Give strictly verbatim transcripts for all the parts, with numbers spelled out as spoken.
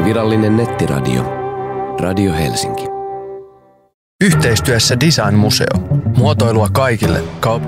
Virallinen nettiradio. Radio Helsinki. Yhteistyössä Design Museo. Muotoilua kaikille. Kaup-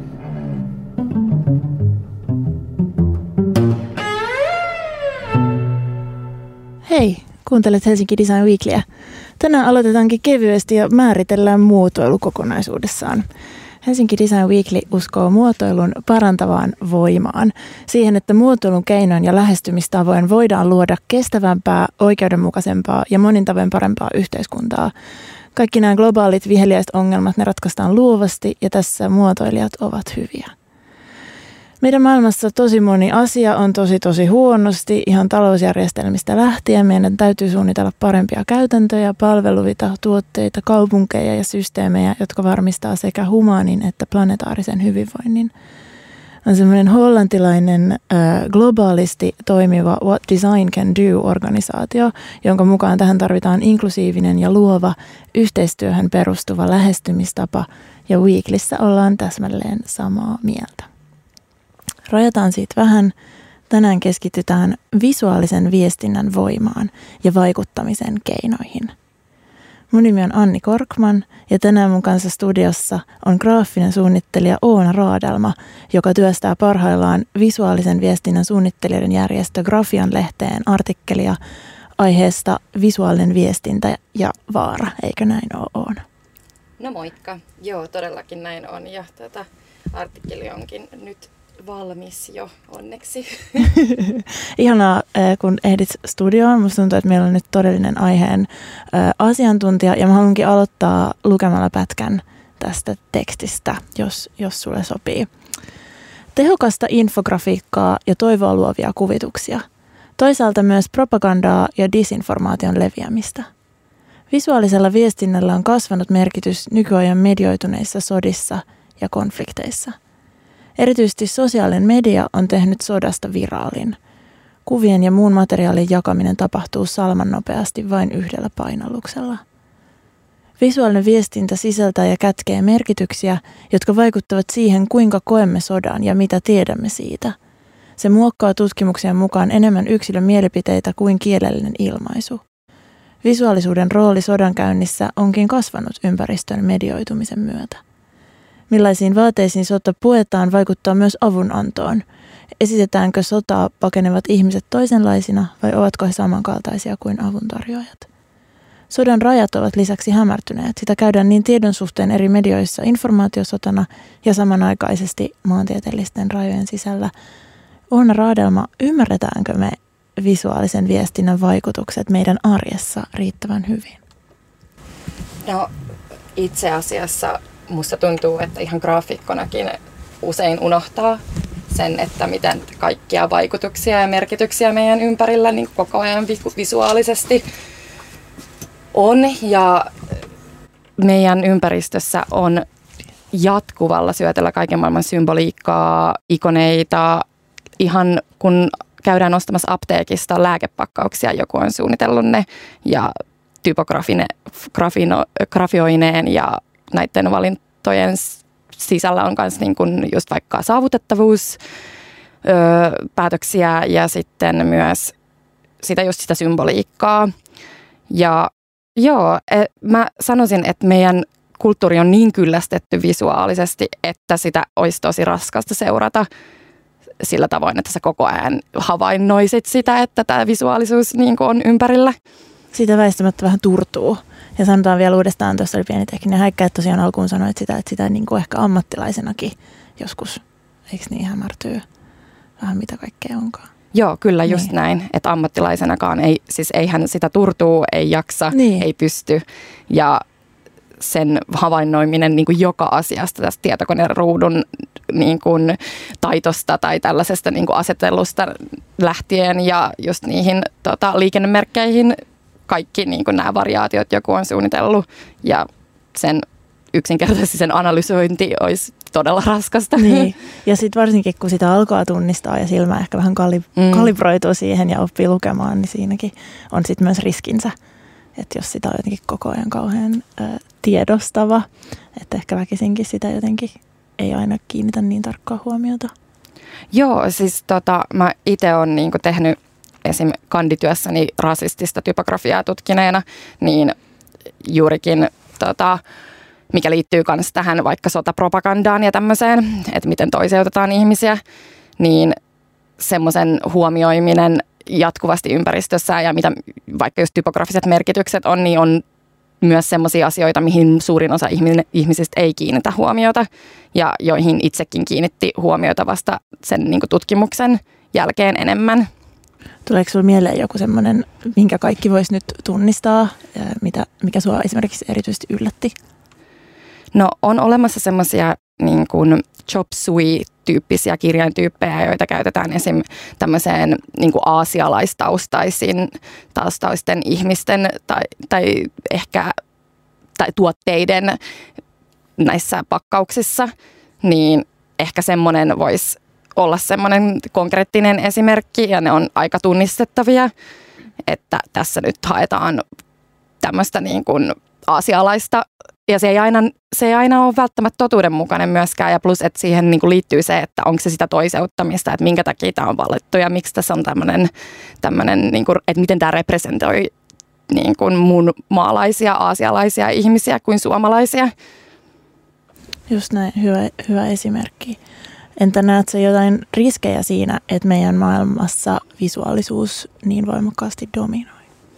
Hei, kuuntelet Helsinki Design Weeklyä. Tänään aloitetaankin kevyesti ja määritellään muotoilu kokonaisuudessaan. Helsinki Design Weekly uskoo muotoilun parantavaan voimaan. Siihen, että muotoilun keinoin ja lähestymistavoin voidaan luoda kestävämpää, oikeudenmukaisempaa ja monin tavoin parempaa yhteiskuntaa. Kaikki nämä globaalit viheliäiset ongelmat, ne ratkaistaan luovasti ja tässä muotoilijat ovat hyviä. Meidän maailmassa tosi moni asia on tosi tosi huonosti, ihan talousjärjestelmistä lähtien. Meidän täytyy suunnitella parempia käytäntöjä, palveluita, tuotteita, kaupunkeja ja systeemejä, jotka varmistaa sekä humaanin että planetaarisen hyvinvoinnin. On semmoinen hollantilainen äh, globaalisti toimiva What Design Can Do-organisaatio, jonka mukaan tähän tarvitaan inklusiivinen ja luova yhteistyöhön perustuva lähestymistapa, ja Weeklyssä ollaan täsmälleen samaa mieltä. Rajataan siitä vähän. Tänään keskitytään visuaalisen viestinnän voimaan ja vaikuttamisen keinoihin. Mun nimi on Anni Korkman ja tänään mun kanssa studiossa on graafinen suunnittelija Oona Raadelma, joka työstää parhaillaan visuaalisen viestinnän suunnittelijoiden järjestö Grafian lehteen artikkelia aiheesta visuaalinen viestintä ja vaara. Eikö näin ole, Oona? No moikka. Joo, todellakin näin on ja tätä artikkeli onkin nyt valmis jo, onneksi. Ihanaa, kun ehdit studioon. Musta tuntuu, että meillä on nyt todellinen aiheen asiantuntija ja mä haluankin aloittaa lukemalla pätkän tästä tekstistä, jos, jos sulle sopii. Tehokasta infografiikkaa ja toivoa luovia kuvituksia. Toisaalta myös propagandaa ja disinformaation leviämistä. Visuaalisella viestinnällä on kasvanut merkitys nykyajan medioituneissa sodissa ja konflikteissa. Erityisesti sosiaalinen media on tehnyt sodasta viraalin. Kuvien ja muun materiaalin jakaminen tapahtuu salman nopeasti vain yhdellä painalluksella. Visuaalinen viestintä sisältää ja kätkee merkityksiä, jotka vaikuttavat siihen, kuinka koemme sodan ja mitä tiedämme siitä. Se muokkaa tutkimuksien mukaan enemmän yksilön mielipiteitä kuin kielellinen ilmaisu. Visuaalisuuden rooli sodankäynnissä onkin kasvanut ympäristön medioitumisen myötä. Millaisiin vaateisiin sota puetaan vaikuttaa myös avunantoon. Esitetäänkö sotaa pakenevat ihmiset toisenlaisina vai ovatko he samankaltaisia kuin avuntarjoajat? Sodan rajat ovat lisäksi hämärtyneet. Sitä käydään niin tiedon suhteen eri medioissa informaatiosotana ja samanaikaisesti maantieteellisten rajojen sisällä. Oona Raadelma, ymmärretäänkö me visuaalisen viestinnän vaikutukset meidän arjessa riittävän hyvin? No itse asiassa musta tuntuu, että ihan graafikkonakin usein unohtaa sen, että miten kaikkia vaikutuksia ja merkityksiä meidän ympärillä niin koko ajan visuaalisesti on. Ja meidän ympäristössä on jatkuvalla syötellä kaiken maailman symboliikkaa, ikoneita. Ihan kun käydään ostamassa apteekista lääkepakkauksia, joku on suunnitellut ne ja typografioineen ja näiden valintojen sisällä on myös niin kuin just vaikka saavutettavuuspäätöksiä ja sitten myös sitä just sitä symboliikkaa. Ja joo, et, mä sanoisin, että meidän kulttuuri on niin kyllästetty visuaalisesti, että sitä olisi tosi raskasta seurata sillä tavoin, että sä koko ajan havainnoisit sitä, että tämä visuaalisuus niin kuin on ympärillä. Siitä väistämättä vähän turtuu. Ja sanotaan vielä uudestaan, tuossa oli pieni tekninen häikkä, että tosiaan alkuun sanoit sitä, että sitä niin kuin ehkä ammattilaisenakin joskus, eikö niin, hämärtyy vähän mitä kaikkea onkaan. Joo, kyllä just niin. Näin, että ammattilaisenakaan ei, siis eihän sitä turtuu, ei jaksa, niin. Ei pysty ja sen havainnoiminen niin kuin joka asiasta tästä tietokoneen ruudun niin kuin taitosta tai tällaisesta niin kuin asettelusta lähtien ja just niihin tota, liikennemerkkeihin kaikki niin kuin nämä variaatiot joku on suunnitellut ja sen yksinkertaisesti sen analysointi olisi todella raskasta. Niin. Ja sitten varsinkin kun sitä alkaa tunnistaa ja silmä ehkä vähän kalib- mm. kalibroituu siihen ja oppii lukemaan, niin siinäkin on sitten myös riskinsä. Että jos sitä on jotenkin koko ajan kauhean ö, tiedostava, että ehkä väkisinkin sitä jotenkin ei aina kiinnitä niin tarkkaa huomiota. Joo, siis tota, mä itse olen niinku tehnyt esim. Kandityössäni rasistista typografiaa tutkineena, niin juurikin tota, mikä liittyy myös tähän vaikka sotapropagandaan ja tämmöiseen, että miten toiseutetaan ihmisiä, niin semmoisen huomioiminen jatkuvasti ympäristössä ja mitä vaikka just typografiset merkitykset on, niin on myös semmoisia asioita, mihin suurin osa ihmisistä ei kiinnitä huomiota ja joihin itsekin kiinnitti huomiota vasta sen niin kuin tutkimuksen jälkeen enemmän. Tuleeko sinulle mieleen joku semmoinen, minkä kaikki voisi nyt tunnistaa, mitä, mikä sinua esimerkiksi erityisesti yllätti? No on olemassa semmoisia niin kuin chop suey-tyyppisiä kirjaintyyppejä, joita käytetään esim. Tämmöiseen niin kuin aasialaistaustaisiin taustaisten ihmisten tai, tai ehkä tai tuotteiden näissä pakkauksissa, niin ehkä semmoinen voisi olla semmoinen konkreettinen esimerkki ja ne on aika tunnistettavia, että tässä nyt haetaan tämmöistä niin kuin aasialaista. Ja se ei, aina, se ei aina ole välttämättä totuudenmukainen myöskään. Ja plus, että siihen niin kuin liittyy se, että onko se sitä toiseuttamista, että minkä takia tämä on valittu ja miksi tässä on tämmöinen, tämmöinen niin kuin, että miten tämä representoi niin kuin muun maalaisia, aasialaisia ihmisiä kuin suomalaisia. Just näin, hyvä, hyvä esimerkki. Entä näet sä jotain riskejä siinä, että meidän maailmassa visuaalisuus niin voimakkaasti dominoi?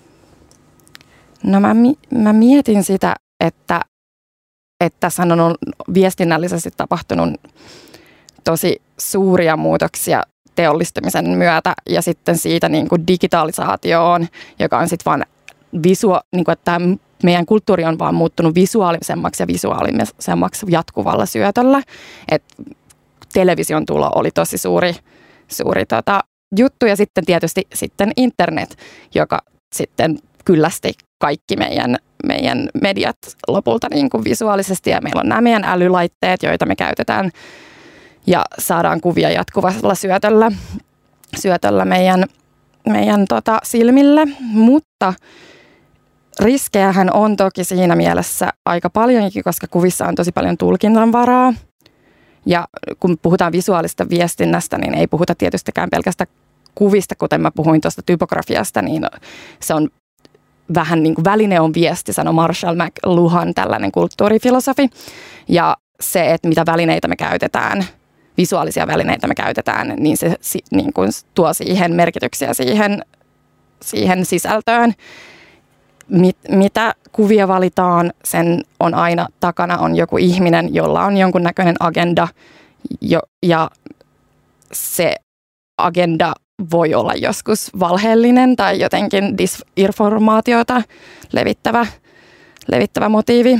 No mä, mä mietin sitä, että, että tässä on viestinnällisesti tapahtunut tosi suuria muutoksia teollistumisen myötä ja sitten siitä niin kuin digitalisaatioon, joka on sitten vaan visua, niin kuin, että meidän kulttuuri on vaan muuttunut visuaalisemmaksi ja visuaalisemmaksi jatkuvalla syötöllä. Et television tulo oli tosi suuri, suuri tota, juttu ja sitten tietysti sitten internet, joka sitten kyllästi kaikki meidän, meidän mediat lopulta niin kuin visuaalisesti ja meillä on nämä meidän älylaitteet, joita me käytetään ja saadaan kuvia jatkuvalla syötöllä, syötöllä meidän, meidän tota, silmille, mutta riskejähän on toki siinä mielessä aika paljonkin, koska kuvissa on tosi paljon tulkinnanvaraa. Ja kun puhutaan visuaalista viestinnästä, niin ei puhuta tietystikään pelkästään kuvista, kuten mä puhuin tuosta typografiasta, niin se on vähän niin kuin väline on viesti, sanoi Marshall McLuhan, tällainen kulttuurifilosofi. Ja se, että mitä välineitä me käytetään, visuaalisia välineitä me käytetään, niin se niin kuin tuo siihen merkityksiä siihen, siihen sisältöön. Mit, mitä kuvia valitaan, sen on aina takana on joku ihminen, jolla on jonkunnäköinen agenda jo, ja se agenda voi olla joskus valheellinen tai jotenkin disinformaatiota levittävä, levittävä motiivi.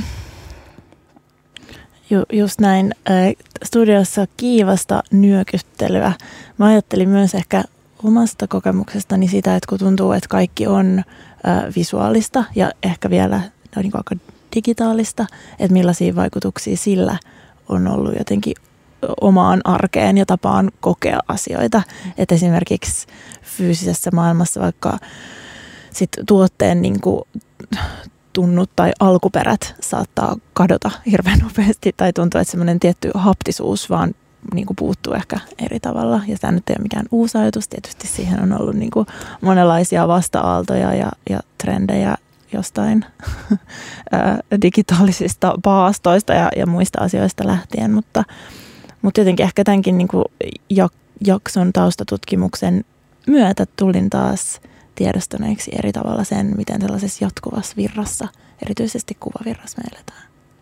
Ju, just näin. Studiossa kiivasta nyökyttelyä. Mä ajattelin myös ehkä omasta kokemuksestani sitä, että kun tuntuu, että kaikki on visuaalista ja ehkä vielä no niin kuin aika digitaalista, että millaisia vaikutuksia sillä on ollut jotenkin omaan arkeen ja tapaan kokea asioita. Että esimerkiksi fyysisessä maailmassa vaikka sit tuotteen niin kuin tunnut tai alkuperät saattaa kadota hirveän nopeasti tai tuntuu, että semmoinen tietty haptisuus vaan niin kuin puuttuu ehkä eri tavalla. Ja tämä nyt ei ole mikään uusi ajatus. Tietysti siihen on ollut niin kuin monenlaisia vasta-aaltoja ja, ja trendejä jostain digitaalisista paastoista ja, ja muista asioista lähtien. Mutta, mutta jotenkin ehkä tämänkin niin kuin jakson taustatutkimuksen myötä tulin taas tiedostaneeksi eri tavalla sen, miten sellaisessa jatkuvassa virrassa, erityisesti kuvavirrassa me eletään.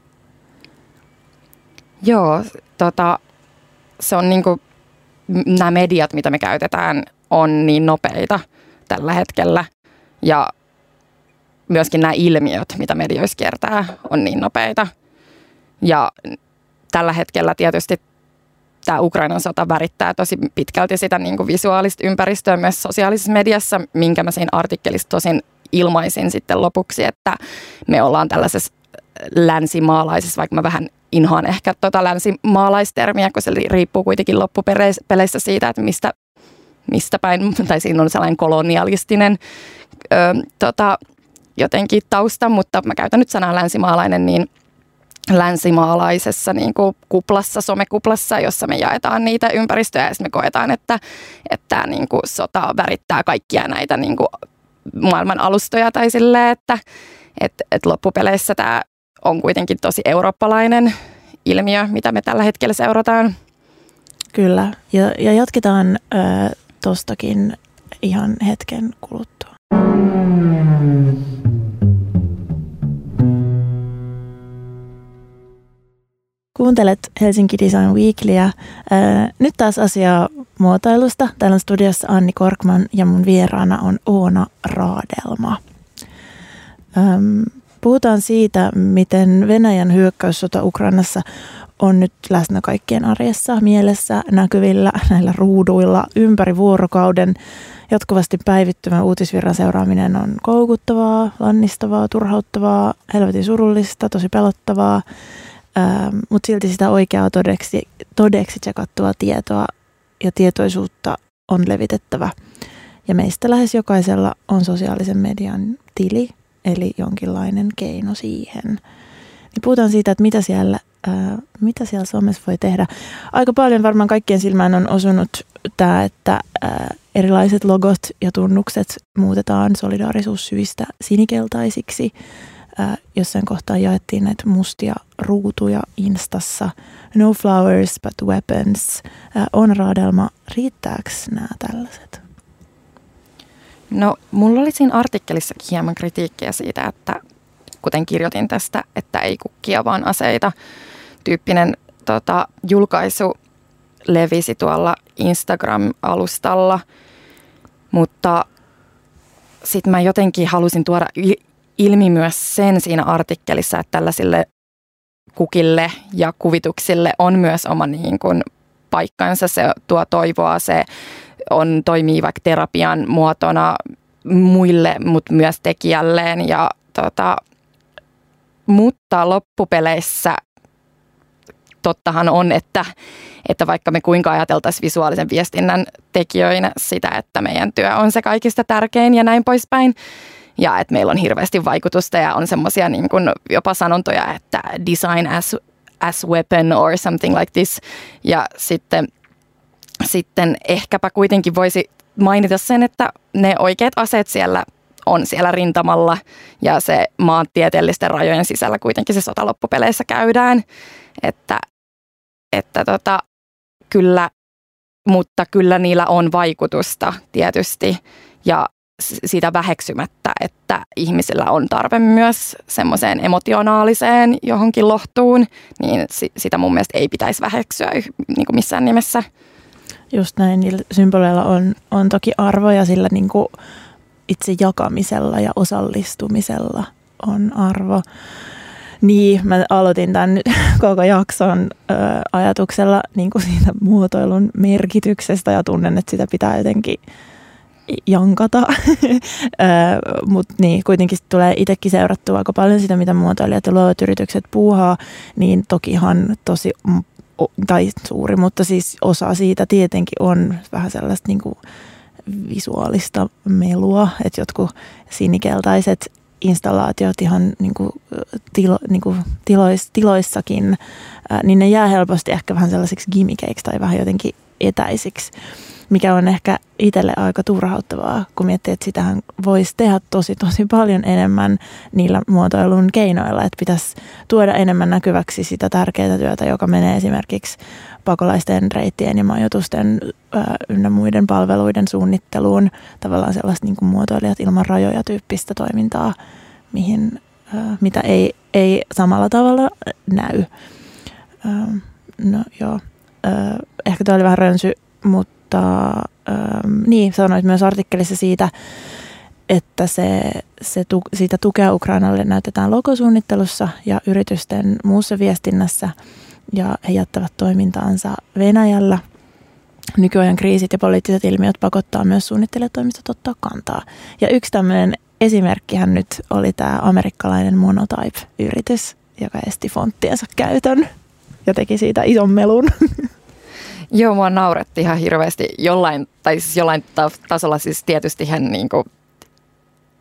Joo, tota... Se on niin kuin, nämä mediat, mitä me käytetään, on niin nopeita tällä hetkellä. Ja myöskin nämä ilmiöt, mitä medioissa kiertää, on niin nopeita. Ja tällä hetkellä tietysti tämä Ukrainan sota värittää tosi pitkälti sitä niin kuin visuaalista ympäristöä myös sosiaalisessa mediassa, minkä mä siinä artikkelissa tosin ilmaisin sitten lopuksi, että me ollaan tällaisessa länsimaalaisessa, vaikka mä vähän inhoan ehkä tota länsimaalaistermiä, kun se riippuu kuitenkin loppupeleissä siitä, että mistä, mistä päin, tai siinä on sellainen kolonialistinen ö, tota, jotenkin tausta, mutta mä käytän nyt sanaa länsimaalainen, niin länsimaalaisessa niin kuin kuplassa, somekuplassa, jossa me jaetaan niitä ympäristöjä ja sitten me koetaan, että, että tämä niin kuin sota värittää kaikkia näitä niin kuin maailman alustoja tai silleen, että et, et loppupeleissä tämä on kuitenkin tosi eurooppalainen ilmiö, mitä me tällä hetkellä seurataan. Kyllä, ja, ja jatketaan äh, tostakin ihan hetken kuluttua. Kuuntelet Helsinki Design Weeklyä. Nyt taas asiaa muotoilusta. Täällä on studiossa Anni Korkman ja mun vieraana on Oona Raadelma. Puhutaan siitä, miten Venäjän hyökkäyssota Ukrainassa on nyt läsnä kaikkien arjessa, mielessä, näkyvillä, näillä ruuduilla ympäri vuorokauden. Jatkuvasti päivittyvä uutisvirran seuraaminen on koukuttavaa, lannistavaa, turhauttavaa, helvetin surullista, tosi pelottavaa. Ähm, mutta silti sitä oikeaa todeksi, todeksi tsekattua tietoa ja tietoisuutta on levitettävä. Ja meistä lähes jokaisella on sosiaalisen median tili, eli jonkinlainen keino siihen. Niin puhutaan siitä, että mitä siellä, äh, mitä siellä somessa voi tehdä. Aika paljon varmaan kaikkien silmään on osunut tämä, että äh, erilaiset logot ja tunnukset muutetaan solidaarisuussyistä sinikeltaisiksi. Äh, jossain kohtaa jaettiin näitä mustia ruutuja Instassa. No flowers but weapons. Äh, on Raadelma, riittääkö nämä tällaiset? No, mulla oli siinä artikkelissakin hieman kritiikkiä siitä, että kuten kirjoitin tästä, että ei kukkia vaan aseita. Tyyppinen tota, julkaisu levisi tuolla Instagram-alustalla, mutta sitten mä jotenkin halusin tuoda ilmi myös sen siinä artikkelissa, että tällaisille kukille ja kuvituksille on myös oma niin kuin paikkansa. Se tuo toivoa, se on, toimii vaikka terapian muotona muille, mutta myös tekijälleen. Ja, tota, mutta loppupeleissä tottahan on, että, että vaikka me kuinka ajateltaisiin visuaalisen viestinnän tekijöinä sitä, että meidän työ on se kaikista tärkein ja näin poispäin, ja että meillä on hirveästi vaikutusta ja on semmoisia niin kuin jopa sanontoja, että design as, as weapon or something like this. Ja sitten, sitten ehkäpä kuitenkin voisi mainita sen, että ne oikeat aseet siellä on siellä rintamalla ja se maantieteellisten rajojen sisällä kuitenkin se sota loppupeleissä käydään. Että, että tota, kyllä, mutta kyllä niillä on vaikutusta tietysti ja siitä väheksymättä, että ihmisillä on tarve myös semmoiseen emotionaaliseen johonkin lohtuun, niin sitä mun mielestä ei pitäisi väheksyä niin kuin missään nimessä. Just näin, niillä symboleilla on, on toki arvoja, sillä niin kuin itse jakamisella ja osallistumisella on arvo. Niin, mä aloitin tämän nyt koko jakson ö, ajatuksella niin kuin siitä muotoilun merkityksestä ja tunnen, että sitä pitää jotenkin jankata, mutta niin, kuitenkin tulee itsekin seurattua aika paljon sitä, mitä muotoilijat ja luovat yritykset puuhaa, niin tokihan tosi, tai suuri, mutta siis osa siitä tietenkin on vähän sellaista niin kuin visuaalista melua, että jotkut sinikeltaiset installaatiot ihan niin kuin tilo, niin kuin tilois, tiloissakin, niin ne jää helposti ehkä vähän sellaisiksi gimmikeiksi tai vähän jotenkin etäisiksi, mikä on ehkä itselle aika turhauttavaa, kun miettii, että sitähän voisi tehdä tosi tosi paljon enemmän niillä muotoilun keinoilla, että pitäisi tuoda enemmän näkyväksi sitä tärkeää työtä, joka menee esimerkiksi pakolaisten reittien ja majoitusten ää, ynnä muiden palveluiden suunnitteluun, tavallaan sellaista niin kuin muotoilijat ilman rajoja tyyppistä toimintaa, mihin, ää, mitä ei, ei samalla tavalla näy. Ää, no joo, ää, ehkä tämä oli vähän rönsy, mutta Ähm, niin, sanoit myös artikkelissa siitä, että se, se tu, siitä tukea Ukrainalle näytetään logosuunnittelussa ja yritysten muussa viestinnässä ja he jättävät toimintaansa Venäjällä. Nykyajan kriisit ja poliittiset ilmiöt pakottaa myös suunnittelijatoimistot ottaa kantaa. Ja yksi tämmöinen esimerkkihän nyt oli tämä amerikkalainen Monotype-yritys, joka esti fonttiensa käytön ja teki siitä ison melun. Joo, mua nauretti ihan hirveästi jollain, tai siis jollain tasolla siis tietysti ihan niin kuin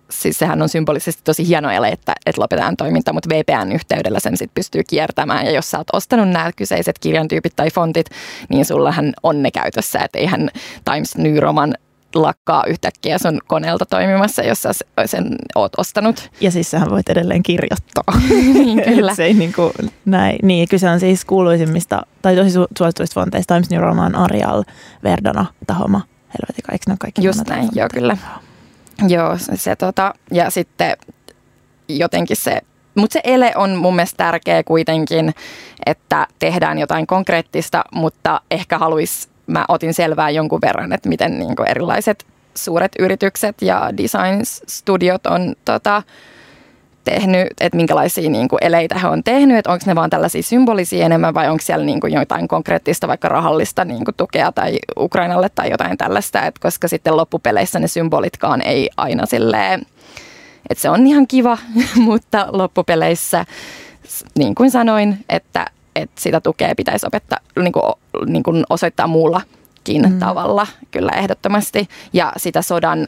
siis sehän on symbolisesti tosi hieno ele, että, että lopetetaan toiminta, mutta V P N-yhteydellä sen sitten pystyy kiertämään. Ja jos sä oot ostanut nämä kyseiset kirjantyypit tai fontit, niin sullahan on ne käytössä, että eihän Times New Roman lakkaa yhtäkkiä sun koneelta toimimassa, jos sä sen oot ostanut. Ja siis sähän voit edelleen kirjoittaa. Niin, kyllä. Se ei niin kuin näin. Niin, kyse on siis kuuluisimmista, tai tosi su- suosituista fonteista. Times New Roman, Arial, Verdana, Tahoma, Helvetica, eikö ne ole kaikki? Just näin, joo kyllä. Joo, se tota, ja sitten jotenkin se, mutta se ele on mun mielestä tärkeä kuitenkin, että tehdään jotain konkreettista, mutta ehkä haluais, mä otin selvää jonkun verran, että miten niin kuin erilaiset suuret yritykset ja design-studiot on tota, tehnyt, että minkälaisia niin kuin eleitä he on tehnyt, että onko ne vaan tällaisia symbolisia enemmän vai onko siellä niin kuin jotain konkreettista, vaikka rahallista niin kuin tukea tai Ukrainalle tai jotain tällaista, että koska sitten loppupeleissä ne symbolitkaan ei aina silleen, että se on ihan kiva, mutta loppupeleissä niin kuin sanoin, että, että sitä tukea pitäisi opettaa, niin kuin, niin kuin osoittaa muullakin mm. tavalla kyllä ehdottomasti ja sitä sodan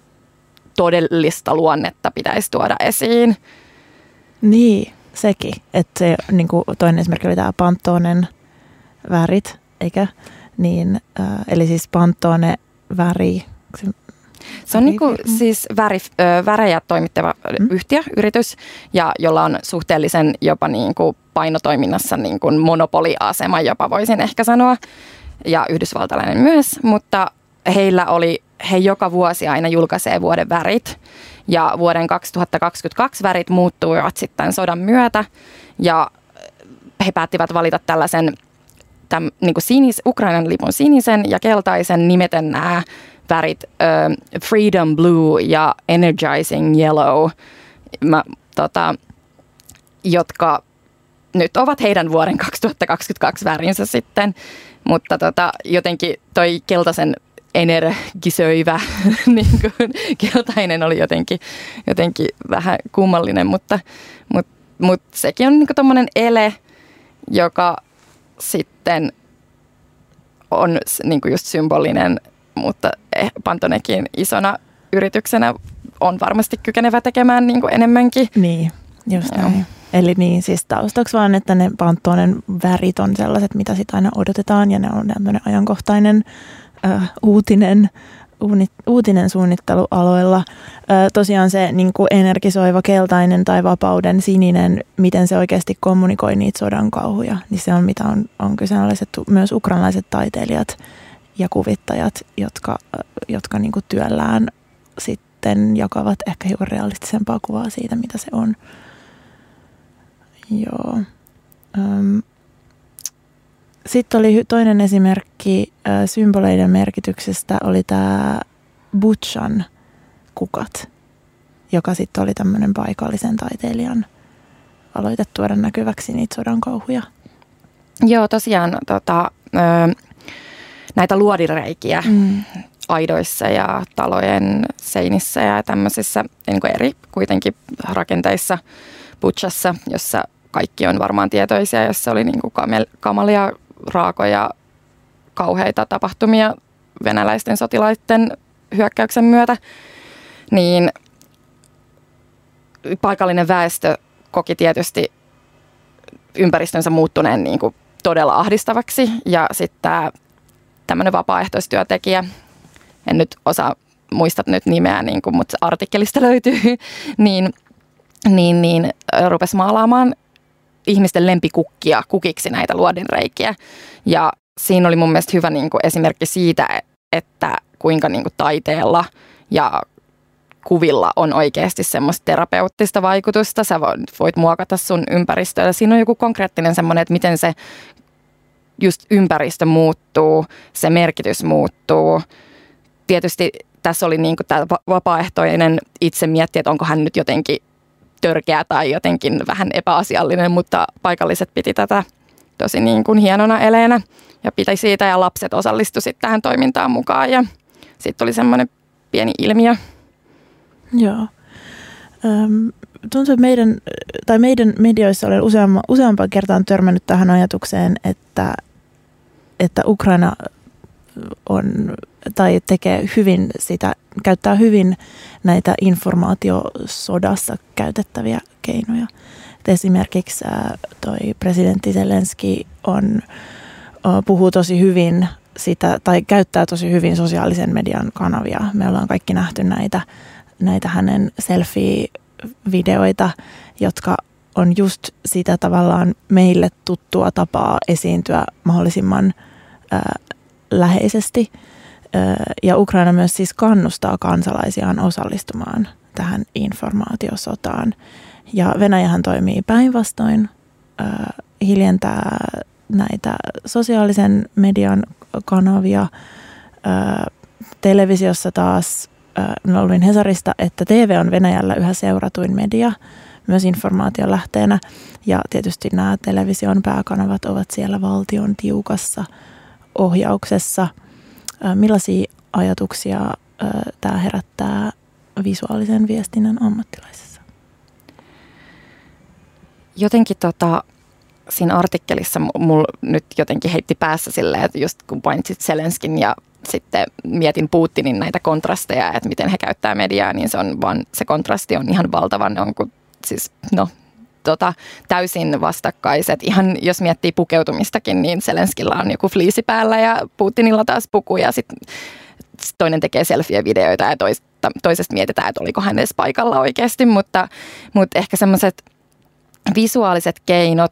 todellista luonnetta pitäisi tuoda esiin. Niin, sekin. Että se niin kuin toinen esimerkki oli tämä Pantonen värit, eikä? Niin, äh, eli siis Pantone väri. Se, se on niin kuin, siis väri, ö, värejä toimittava mm. yhtiö, yritys, ja jolla on suhteellisen jopa niin kuin painotoiminnassa niin kuin monopoliasema, jopa voisin ehkä sanoa, ja yhdysvaltalainen myös, mutta heillä oli he joka vuosi aina julkaisee vuoden värit ja vuoden kaksituhattakaksikymmentäkaksi värit muuttuivat sitten sodan myötä ja he päättivät valita tällaisen täm, niin kuin sinis, Ukrainan lipun sinisen ja keltaisen nimeten nämä värit äh, Freedom Blue ja Energizing Yellow, Mä, tota, jotka nyt ovat heidän vuoden kaksituhattakaksikymmentäkaksi värinsä sitten, mutta tota, jotenkin toi keltaisen energisöivä, niin kuin keltainen oli jotenkin, jotenkin vähän kummallinen, mutta, mutta, mutta sekin on niin kuin tommoinen ele, joka sitten on niin kuin just symbolinen, mutta Pantonekin isona yrityksenä on varmasti kykenevä tekemään niin kuin enemmänkin. Niin, just Joo. näin. Eli niin, siis taustaksi vaan, että ne Pantonen värit on sellaiset, mitä sitä aina odotetaan ja ne on tämmöinen ajankohtainen Uh, uutinen, uunit, uutinen suunnittelualoilla. Uh, tosiaan se niin kuin energisoiva keltainen tai vapauden sininen, miten se oikeasti kommunikoi niitä sodan kauhuja, niin se on mitä on, on kyseenalaistettu myös ukrainalaiset taiteilijat ja kuvittajat, jotka, jotka niin kuin työllään sitten jakavat ehkä hiukan realistisempaa kuvaa siitä, mitä se on. Joo. Um, Sitten oli toinen esimerkki äh, symboleiden merkityksestä, oli tämä Butchan kukat, joka sitten oli tämmöinen paikallisen taiteilijan aloite tuoda näkyväksi niitä sodan kauhuja. Joo, tosiaan tota, ö, näitä luodinreikiä mm. aidoissa ja talojen seinissä ja tämmöisissä niin kuin eri kuitenkin rakenteissa Butchassa, jossa kaikki on varmaan tietoisia, jossa oli niin kuin kamalia, raakoja, kauheita tapahtumia venäläisten sotilaiden hyökkäyksen myötä, niin paikallinen väestö koki tietysti ympäristönsä muuttuneen niin kuin todella ahdistavaksi. Ja sitten tämä tämmöinen vapaaehtoistyötekijä, en nyt osaa muistaa nyt nimeä, niin kuin, mutta artikkelista löytyy, niin, niin, niin rupesi maalaamaan ihmisten lempikukkia kukiksi näitä luodinreikiä. Ja siinä oli mun mielestä hyvä niin kuin esimerkki siitä, että kuinka niin kuin taiteella ja kuvilla on oikeasti semmoista terapeuttista vaikutusta. Sä voit muokata sun ympäristöä. Siinä on joku konkreettinen semmoinen, että miten se just ympäristö muuttuu, se merkitys muuttuu. Tietysti tässä oli niin kuin tämä vapaaehtoinen itse miettiä, että onko hän nyt jotenkin törkeä tai jotenkin vähän epäasiallinen, mutta paikalliset piti tätä tosi niin kuin hienona eleenä ja piti siitä ja lapset osallistu sitten tähän toimintaan mukaan ja sitten tuli semmoinen pieni ilmiö. Joo. Öm, tuntuu, että meidän, tai meidän medioissa olen useamman, useampaan kertaan törmännyt tähän ajatukseen, että, että Ukraina on tai tekee hyvin sitä, käyttää hyvin näitä informaatiosodassa käytettäviä keinoja. Et esimerkiksi toi presidentti Zelenski on, puhuu tosi hyvin sitä, tai käyttää tosi hyvin sosiaalisen median kanavia. Me ollaan kaikki nähty näitä, näitä hänen selfie-videoita, jotka on just sitä tavallaan meille tuttua tapaa esiintyä mahdollisimman ää, läheisesti. Ää, ja Ukraina myös siis kannustaa kansalaisiaan osallistumaan tähän informaatiosotaan. Ja Venäjähän toimii päinvastoin, ää, hiljentää näitä sosiaalisen median kanavia. Ää, televisiossa taas, ää, luin Hesarista, että T V on Venäjällä yhä seuratuin media, myös informaation lähteenä. Ja tietysti nämä television pääkanavat ovat siellä valtion tiukassa ohjauksessa. Ää, millaisia ajatuksia ää, tämä herättää visuaalisen viestinnän ammattilaisessa? Jotenkin tota, siinä artikkelissa mulla nyt jotenkin heitti päässä silleen, että just kun mainitsit Zelenskin ja sitten mietin Putinin näitä kontrasteja, että miten he käyttää mediaa, niin se on vaan, se kontrasti on ihan valtavan, ne on kuin, siis no tota, täysin vastakkaiset. Ihan jos miettii pukeutumistakin, niin Zelenskillä on joku fliisi päällä ja Putinilla taas puku ja sitten toinen tekee selfie-videoita ja toista, toisesta mietitään, että oliko hän edes paikalla oikeasti, mutta, mutta ehkä semmoiset visuaaliset keinot,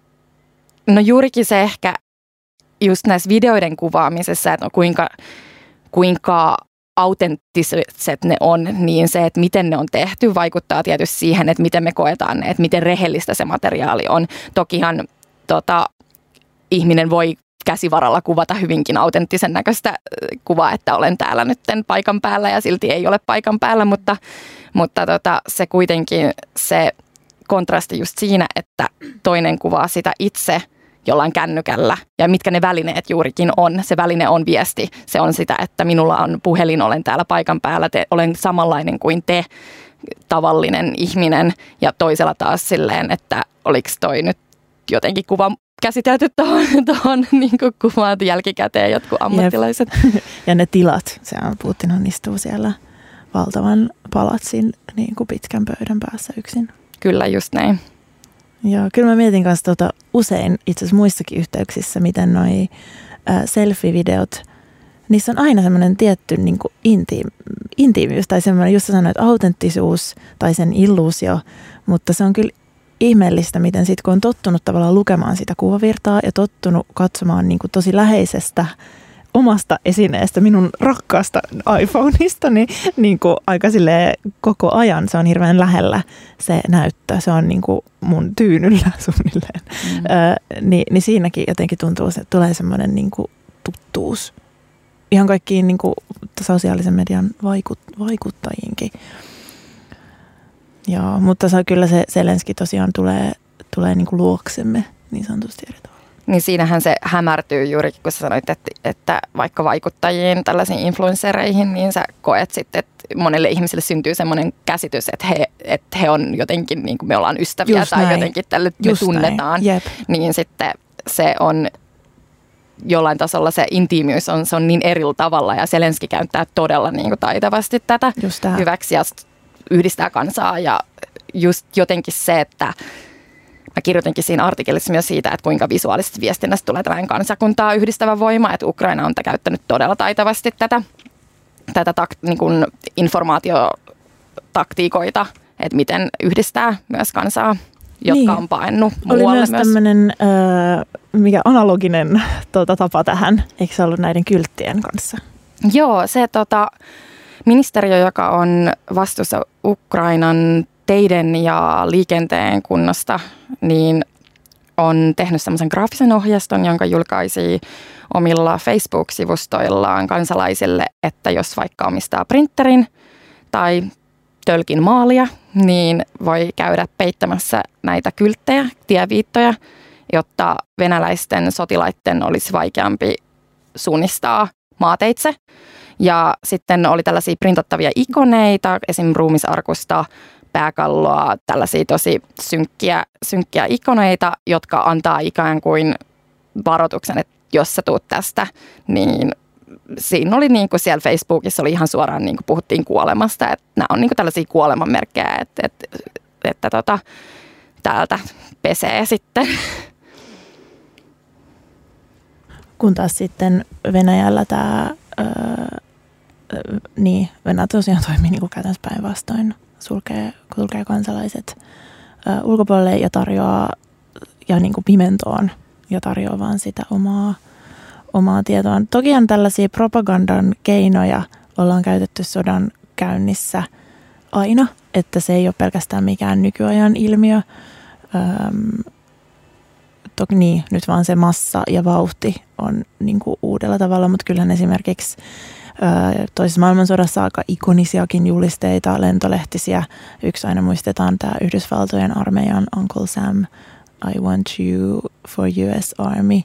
no juurikin se ehkä just näissä videoiden kuvaamisessa, että no kuinka, kuinka autenttiset ne on, niin se, että miten ne on tehty, vaikuttaa tietysti siihen, että miten me koetaan ne, että miten rehellistä se materiaali on. Tokihan tota, ihminen voi käsivaralla kuvata hyvinkin autenttisen näköistä kuvaa, että olen täällä nyt paikan päällä ja silti ei ole paikan päällä, mutta, mutta tota, se kuitenkin se kontrasti just siinä, että toinen kuvaa sitä itse jollain kännykällä ja mitkä ne välineet juurikin on. Se väline on viesti. Se on sitä, että minulla on puhelin, olen täällä paikan päällä, te, olen samanlainen kuin te, tavallinen ihminen. Ja toisella taas silleen, että oliko toi nyt jotenkin kuva käsitelty tuohon, tuohon niin kuvaan jälkikäteen jotkut ammattilaiset. Jep. Ja ne tilat, sehän Putinhan istuu siellä valtavan palatsin niin kuin pitkän pöydän päässä yksin. Kyllä, just näin. Joo, kyllä mä mietin kanssa tuota usein itse asiassa muissakin yhteyksissä, miten noi äh, selfie-videot, niissä on aina semmoinen tietty niin kuin intiim, intiimiys tai semmoinen, just sä sanoit, autenttisuus tai sen illuusio, mutta se on kyllä ihmeellistä, miten sitten kun on tottunut tavallaan lukemaan sitä kuvavirtaa ja tottunut katsomaan niin kuin tosi läheisestä omasta esineestä, minun rakkaasta iPhoneista, niin, niin kuin aika silleen koko ajan se on hirveän lähellä se näyttö. Se on niin kuin mun tyynyllä suunnilleen. Mm. Ö, niin, niin siinäkin jotenkin tuntuu, että tulee semmoinen niin kuin tuttuus. Ihan kaikkiin niin kuin sosiaalisen median vaikut, vaikuttajiinkin. Joo, mutta se, kyllä se Zelenski tosiaan tulee, tulee niin kuin luoksemme niin sanotusti eri tavalla. Niin siinähän se hämärtyy juuri, kun sä sanoit, että, että vaikka vaikuttajiin, tällaisiin influenssereihin, niin sä koet sitten, että monelle ihmiselle syntyy semmoinen käsitys, että he, että he on jotenkin, niin kuin me ollaan ystäviä just tai näin. Jotenkin tälle me just tunnetaan. Niin sitten se on jollain tasolla se intiimiys on, se on niin eri tavalla ja Zelenski käyttää todella niin kuin taitavasti tätä hyväksi ja yhdistää kansaa ja just jotenkin se, että mä kirjoitinkin siinä artikkelissa myös siitä, että kuinka visuaalisesta viestinnästä tulee tällainen kansakuntaa yhdistävä voima, että Ukraina on käyttänyt todella taitavasti tätä, tätä tak, niin kuin informaatiotaktiikoita, että miten yhdistää myös kansaa, jotka niin. on paennut muualle oli myös. Oli myös tämmöinen, äh, mikä analoginen tuota, tapa tähän, eikö se ollut näiden kylttien kanssa? Joo, se tota, ministeriö, joka on vastuussa Ukrainan teiden ja liikenteen kunnosta, niin on tehnyt semmoisen graafisen ohjeiston, jonka julkaisi omilla Facebook-sivustoillaan kansalaisille, että jos vaikka omistaa printerin tai tölkin maalia, niin voi käydä peittämässä näitä kylttejä, tieviittoja, jotta venäläisten sotilaiden olisi vaikeampi suunnistaa maateitse. Ja sitten oli tällaisia printattavia ikoneita, esim. Ruumisarkusta, pääkalloa, tällaisia tosi synkkiä, synkkiä ikoneita, jotka antaa ikään kuin varoituksen, että jos sä tuut tästä, niin siinä oli niin kuin siellä Facebookissa oli ihan suoraan niin kuin puhuttiin kuolemasta, että nämä on niin kuin tällaisia kuolemanmerkkejä, että, että, että tota, täältä pesee sitten. Kun taas sitten Venäjällä tämä, öö, niin Venäjä tosiaan toimii niin kuin käytännössä päinvastoin, sulkee, sulkee kansalaiset öö, ulkopuolelle ja tarjoaa ja niin kuin pimentoon ja tarjoaa vaan sitä omaa, omaa tietoa. Tokihan tällaisia propagandan keinoja ollaan käytetty sodan käynnissä aina, että se ei ole pelkästään mikään nykyajan ilmiö. Öm, toki niin, nyt vaan se massa ja vauhti on niin kuin uudella tavalla, mutta kyllähän esimerkiksi ö, toisessa maailmansodassa aika ikonisiakin julisteita, lentolehtisiä. Yksi aina muistetaan tämä Yhdysvaltojen armeijan Uncle Sam, I want you for U S Army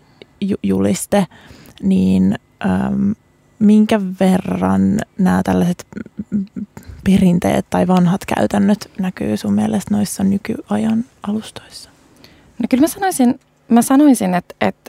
juliste, niin äm, minkä verran nämä tällaiset perinteet tai vanhat käytännöt näkyy sun mielestä noissa nykyajan alustoissa? No kyllä mä sanoisin, mä sanoisin että, että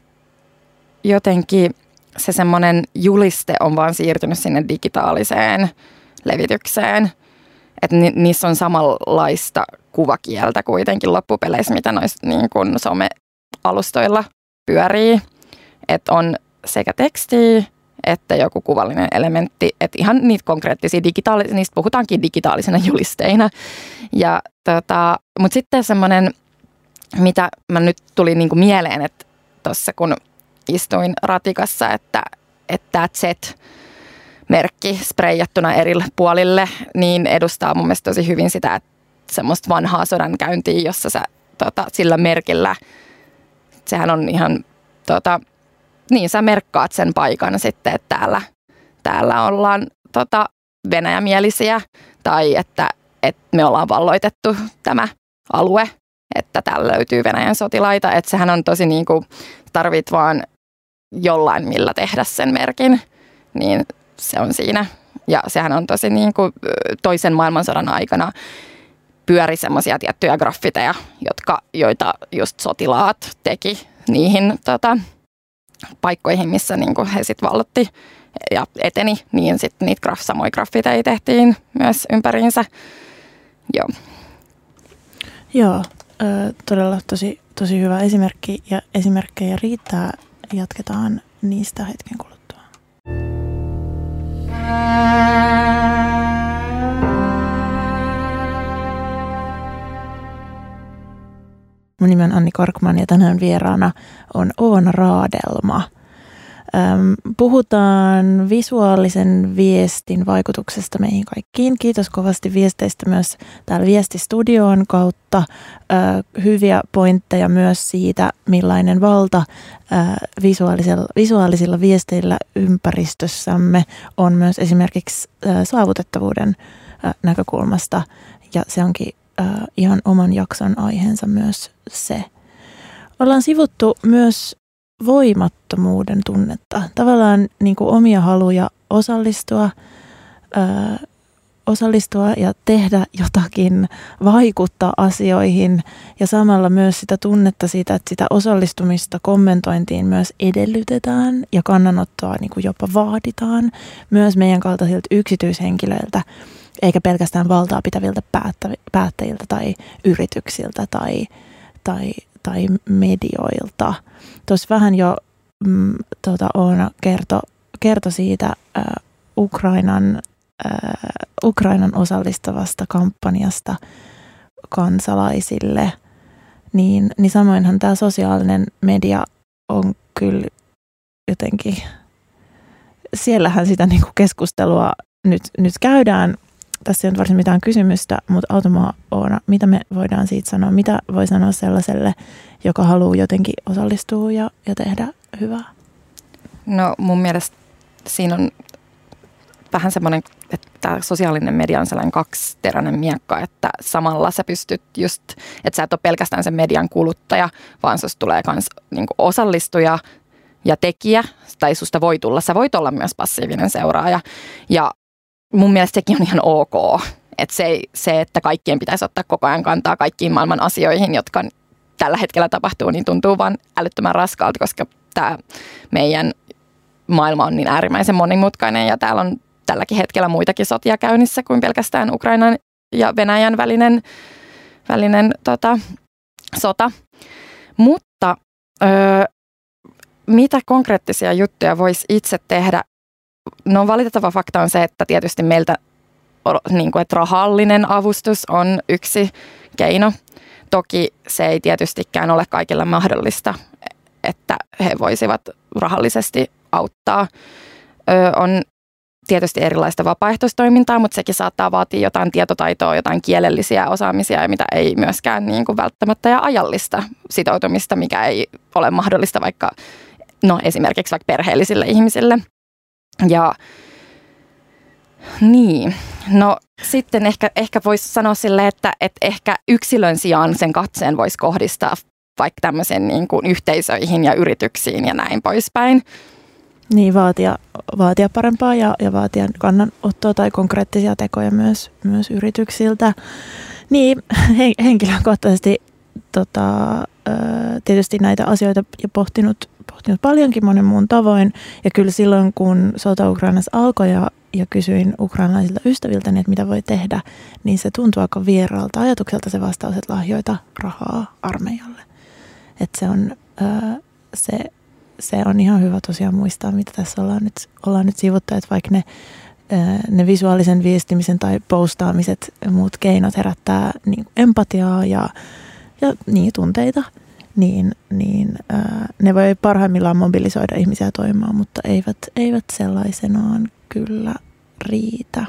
jotenkin se semmoinen juliste on vaan siirtynyt sinne digitaaliseen levitykseen. Että ni, niissä on samanlaista kuvakieltä kuitenkin loppupeleissä, mitä noissa niin kuin some-alustoilla pyörii. Että on sekä tekstiä että joku kuvallinen elementti. Että ihan niitä konkreettisia digitaalisia, niistä puhutaankin digitaalisena julisteina. Ja tota, mutta sitten semmoinen, mitä mä nyt tuli niin kuin mieleen, että tuossa kun istuin ratikassa, että tämä Z-merkki spreijattuna eri puolille, niin edustaa mun mielestä tosi hyvin sitä, että semmoista vanhaa sodankäyntiä, jossa sä tota, sillä merkillä, sehän on ihan, tota, niin sä merkkaat sen paikan sitten, että täällä, täällä ollaan tota, venäjämielisiä tai että, että me ollaan valloitettu tämä alue, että täällä löytyy Venäjän sotilaita, että sehän on tosi niin kuin, tarvit vaan jollain millä tehdä sen merkin, niin se on siinä. Ja sehän on tosi niin kuin toisen maailmansodan aikana pyöri semmoisia tiettyjä graffiteja, jotka, joita just sotilaat teki niihin tota, paikkoihin, missä niin kuin he sitten vallotti ja eteni, niin sitten niitä graf, samoja graffiteja tehtiin myös ympäriinsä. Joo. Joo, todella tosi, tosi hyvä esimerkki ja esimerkkejä riittää. Jatketaan niistä hetken kuluttua. Mun nimi on Anni Korkman ja tänään vieraana on Oona Raadelma. Puhutaan visuaalisen viestin vaikutuksesta meihin kaikkiin. Kiitos kovasti viesteistä myös täällä Viestistudioon kautta. Hyviä pointteja myös siitä, millainen valta visuaalisilla, visuaalisilla viesteillä ympäristössämme on myös esimerkiksi saavutettavuuden näkökulmasta. Ja se onkin ihan oman jakson aiheensa myös se. Ollaan sivuttu myös voimattomuuden tunnetta. Tavallaan niin kuin omia haluja osallistua, ö, osallistua ja tehdä jotakin, vaikuttaa asioihin ja samalla myös sitä tunnetta siitä, että sitä osallistumista kommentointiin myös edellytetään ja kannanottoa niin kuin jopa vaaditaan myös meidän kaltaisilta yksityishenkilöiltä, eikä pelkästään valtaa pitäviltä päättäjiltä tai yrityksiltä tai, tai, tai medioilta. Tuossa vähän jo mm, tuota, Oona kertoi kerto siitä äh, Ukrainan, äh, Ukrainan osallistavasta kampanjasta kansalaisille, niin, niin samoinhan tämä sosiaalinen media on kyllä jotenkin, siellähän sitä niinku keskustelua nyt, nyt käydään. Tässä ei ole varsin mitään kysymystä, mutta auta mua, Oona, mitä me voidaan siitä sanoa? Mitä voi sanoa sellaiselle, joka haluaa jotenkin osallistua ja, ja tehdä hyvää? No mun mielestä siinä on vähän semmoinen, että sosiaalinen media on sellainen kaksiteräinen miekka, että samalla sä pystyt just, että sä et ole pelkästään sen median kuluttaja, vaan susta tulee myös niin kuin osallistuja ja tekijä, tai susta voi tulla, sä voit olla myös passiivinen seuraaja. Ja mun mielestä sekin on ihan ok, että se, se, että kaikkien pitäisi ottaa koko ajan kantaa kaikkiin maailman asioihin, jotka tällä hetkellä tapahtuu, niin tuntuu vaan älyttömän raskaalta, koska tämä meidän maailma on niin äärimmäisen monimutkainen ja täällä on tälläkin hetkellä muitakin sotia käynnissä kuin pelkästään Ukrainan ja Venäjän välinen, välinen tota, sota. Mutta öö, mitä konkreettisia juttuja voisi itse tehdä? No valitettava fakta on se, että tietysti meiltä niin kuin, että rahallinen avustus on yksi keino. Toki se ei tietystikään ole kaikille mahdollista, että he voisivat rahallisesti auttaa. Öö, on tietysti erilaista vapaaehtoistoimintaa, mutta sekin saattaa vaatia jotain tietotaitoa, jotain kielellisiä osaamisia, ja mitä ei myöskään niin kuin välttämättä ja ajallista sitoutumista, mikä ei ole mahdollista vaikka no, esimerkiksi vaikka perheellisille ihmisille. Ja niin, no sitten ehkä, ehkä voisi sanoa sille, että, että ehkä yksilön sijaan sen katseen voisi kohdistaa vaikka tämmöisen niin kuin yhteisöihin ja yrityksiin ja näin poispäin. Niin, vaatia, vaatia parempaa ja, ja vaatia kannanottoa tai konkreettisia tekoja myös, myös yrityksiltä. Niin, henkilökohtaisesti tota, tietysti näitä asioita ja pohtinut, pohtinut paljonkin monen muun tavoin. Ja kyllä silloin, kun sota Ukrainassa alkoi ja, ja kysyin ukrainalaisilta ystäviltäni, että mitä voi tehdä, niin se tuntui aika vieraalta ajatukselta se vastaus, että lahjoita rahaa armeijalle. Että se on se... Se on ihan hyvä tosiaan muistaa, mitä tässä ollaan nyt, ollaan nyt sivuttu, että vaikka ne, ne visuaalisen viestimisen tai postaamiset ja muut keinot herättää niin empatiaa ja, ja niin, tunteita, niin, niin ne voi parhaimmillaan mobilisoida ihmisiä toimimaan, mutta eivät, eivät sellaisenaan kyllä riitä.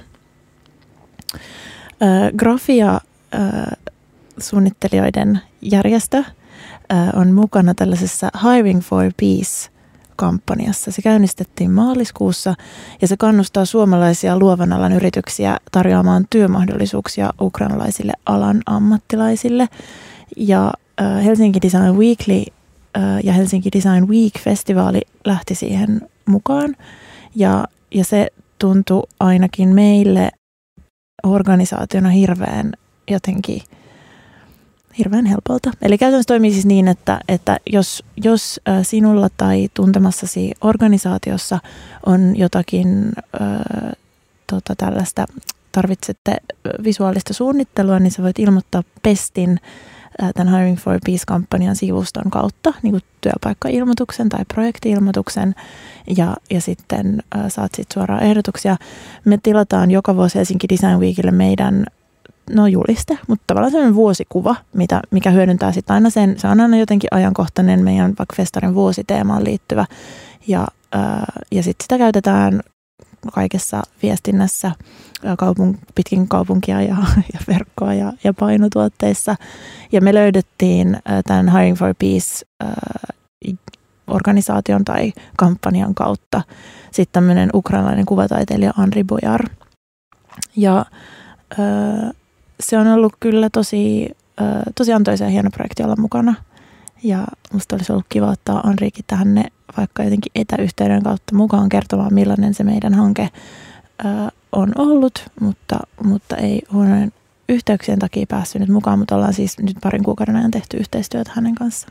Grafia suunnittelijoiden järjestö on mukana tällaisessa Hiring for Peace-kampanjassa. Se käynnistettiin maaliskuussa ja se kannustaa suomalaisia luovan alan yrityksiä tarjoamaan työmahdollisuuksia ukrainalaisille alan ammattilaisille. Ja Helsinki Design Weekly ja Helsinki Design Week-festivaali lähti siihen mukaan. Ja, ja se tuntui ainakin meille organisaationa hirveän jotenkin Hirveän helpolta. Eli käytännössä toimii siis niin, että, että jos, jos sinulla tai tuntemassasi organisaatiossa on jotakin äh, tota, tällaista, tarvitsette visuaalista suunnittelua, niin sä voit ilmoittaa PESTin äh, tämän Hiring for Peace-kampanjan sivuston kautta, niin kuin työpaikka-ilmoituksen tai projekti-ilmoituksen, ja, ja sitten äh, saat sit suoraan ehdotuksia. Me tilataan joka vuosi Helsinki Design Weekille meidän no juliste, mutta tavallaan sellainen vuosikuva, mitä, mikä hyödyntää sitten aina sen, se on aina jotenkin ajankohtainen meidän vaikka festarin vuositeemaan liittyvä ja, ää, ja sitten sitä käytetään kaikessa viestinnässä kaupunk- pitkin kaupunkia ja, ja verkkoa ja, ja painotuotteissa ja me löydettiin ää, tämän Hiring for Peace ää, organisaation tai kampanjan kautta sitten tämmöinen ukrainalainen kuvataiteilija Andri Bojar ja ää, se on ollut kyllä tosi, tosi antoisa ja hieno projekti olla mukana. Ja musta olisi ollut kiva ottaa Anriikin tähän ne vaikka jotenkin etäyhteyden kautta mukaan kertomaan, millainen se meidän hanke on ollut, mutta, mutta ei huonojen yhteyksien takia päässyt nyt mukaan, mutta ollaan siis nyt parin kuukauden ajan tehty yhteistyötä hänen kanssaan.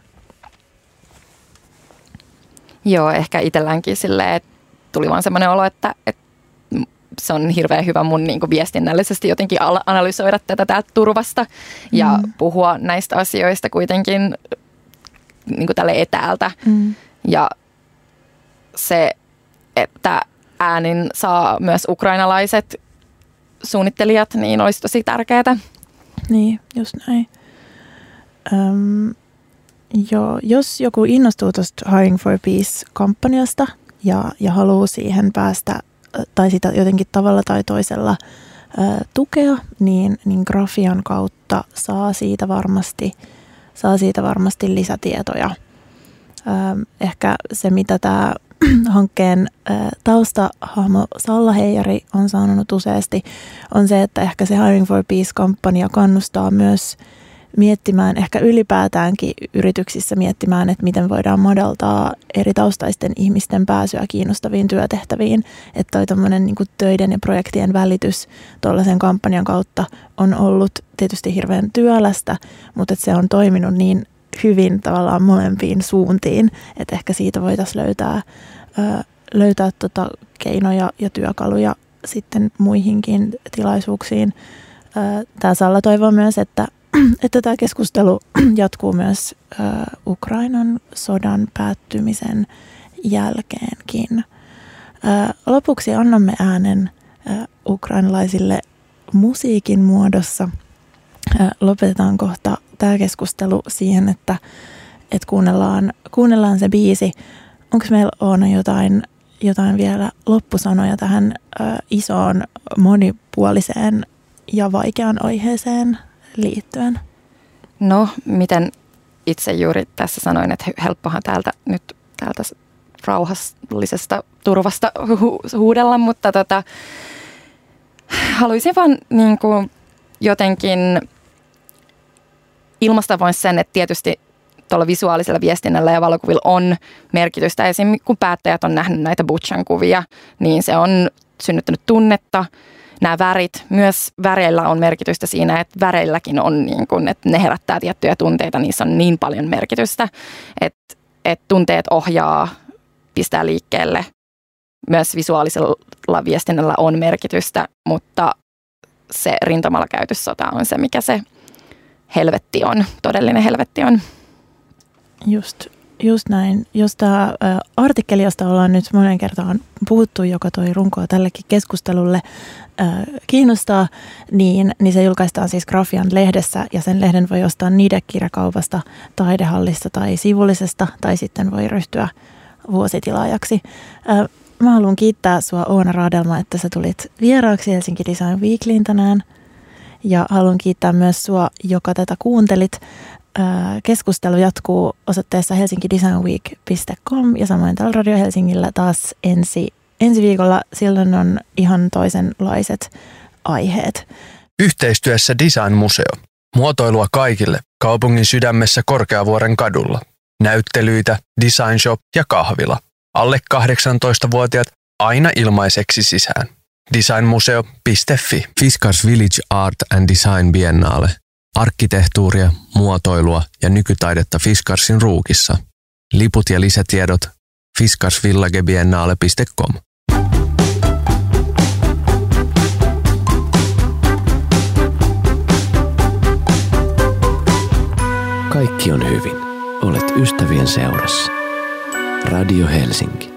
Joo, ehkä itselläänkin silleen, että tuli vaan semmoinen olo, että, että se on hirveän hyvä mun niin kuin viestinnällisesti jotenkin analysoida tätä täältä turvasta ja mm. puhua näistä asioista kuitenkin niin kuin tälle etäältä. Mm. Ja se, että äänin saa myös ukrainalaiset suunnittelijat, niin olisi tosi tärkeää. Niin, just näin. Öm, joo, jos joku innostuu tuosta Hiring for Peace-kampanjasta ja, ja haluaa siihen päästä tai sitä jotenkin tavalla tai toisella ä, tukea, niin, niin grafian kautta saa siitä varmasti, saa siitä varmasti lisätietoja. Ä, ehkä se, mitä tämä hankkeen ä, taustahahmo Salla Heijari on sanonut useasti, on se, että ehkä se Hiring for Peace-kampanja kannustaa myös miettimään, ehkä ylipäätäänkin yrityksissä miettimään, että miten voidaan madaltaa eri taustaisten ihmisten pääsyä kiinnostaviin työtehtäviin. Että toi tommoinen niin kuin töiden ja projektien välitys tuollaisen kampanjan kautta on ollut tietysti hirveän työlästä, mutta että se on toiminut niin hyvin tavallaan molempiin suuntiin, että ehkä siitä voitaisiin löytää, ö, löytää tota keinoja ja työkaluja sitten muihinkin tilaisuuksiin. Tämä Salla toivoo myös, että, että tämä keskustelu jatkuu myös Ukrainan sodan päättymisen jälkeenkin. Lopuksi annamme äänen ukrainalaisille musiikin muodossa. Lopetetaan kohta tämä keskustelu siihen, että, että kuunnellaan, kuunnellaan se biisi. Onko meillä Oona jotain, jotain vielä loppusanoja tähän isoon, monipuoliseen ja vaikeaan aiheeseen liittyen? No, miten itse juuri tässä sanoin, että helppohan täältä nyt täältä rauhallisesta turvasta hu- huudella, mutta tota, haluaisin vaan niin kuin jotenkin ilmaista vain sen, että tietysti tuolla visuaalisella viestinnällä ja valokuvilla on merkitystä. Esimerkiksi kun päättäjät on nähnyt näitä Butchan kuvia, niin se on synnyttänyt tunnetta. Nämä värit, myös väreillä on merkitystä siinä, että väreilläkin on, niin kuin, että ne herättää tiettyjä tunteita, niissä on niin paljon merkitystä, että, että tunteet ohjaa, pistää liikkeelle. Myös visuaalisella viestinnällä on merkitystä, mutta se rintamalla käyty sota on se, mikä se helvetti on, todellinen helvetti on. Just, just näin. Jos tämä artikkeli, josta ollaan nyt monen kertaan puhuttu, joka toi runkoa tällekin keskustelulle, ää, kiinnostaa, niin, niin se julkaistaan siis Grafian lehdessä ja sen lehden voi ostaa Nide-kirjakaupasta, Taidehallista tai Sivullisesta tai sitten voi ryhtyä vuositilaajaksi. Ää, mä haluan kiittää sua Oona Raadelma, että sä tulit vieraaksi Helsinki Design Weeklyin tänään ja haluan kiittää myös sua, joka tätä kuuntelit. Keskustelu jatkuu osoitteessa helsinki design week piste com ja samoin täällä Radio Helsingillä taas ensi, ensi viikolla. Silloin on ihan toisenlaiset aiheet. Yhteistyössä Design Museo. Muotoilua kaikille kaupungin sydämessä Korkeavuoren kadulla. Näyttelyitä, design shop ja kahvila. Alle kahdeksantoistavuotiaat aina ilmaiseksi sisään. designmuseo piste fi. Fiskars Village Art and Design Biennale. Arkkitehtuuria, muotoilua ja nykytaidetta Fiskarsin Ruukissa. Liput ja lisätiedot fiskarsvillagebiennale piste com. Kaikki on hyvin. Olet ystävien seurassa. Radio Helsinki.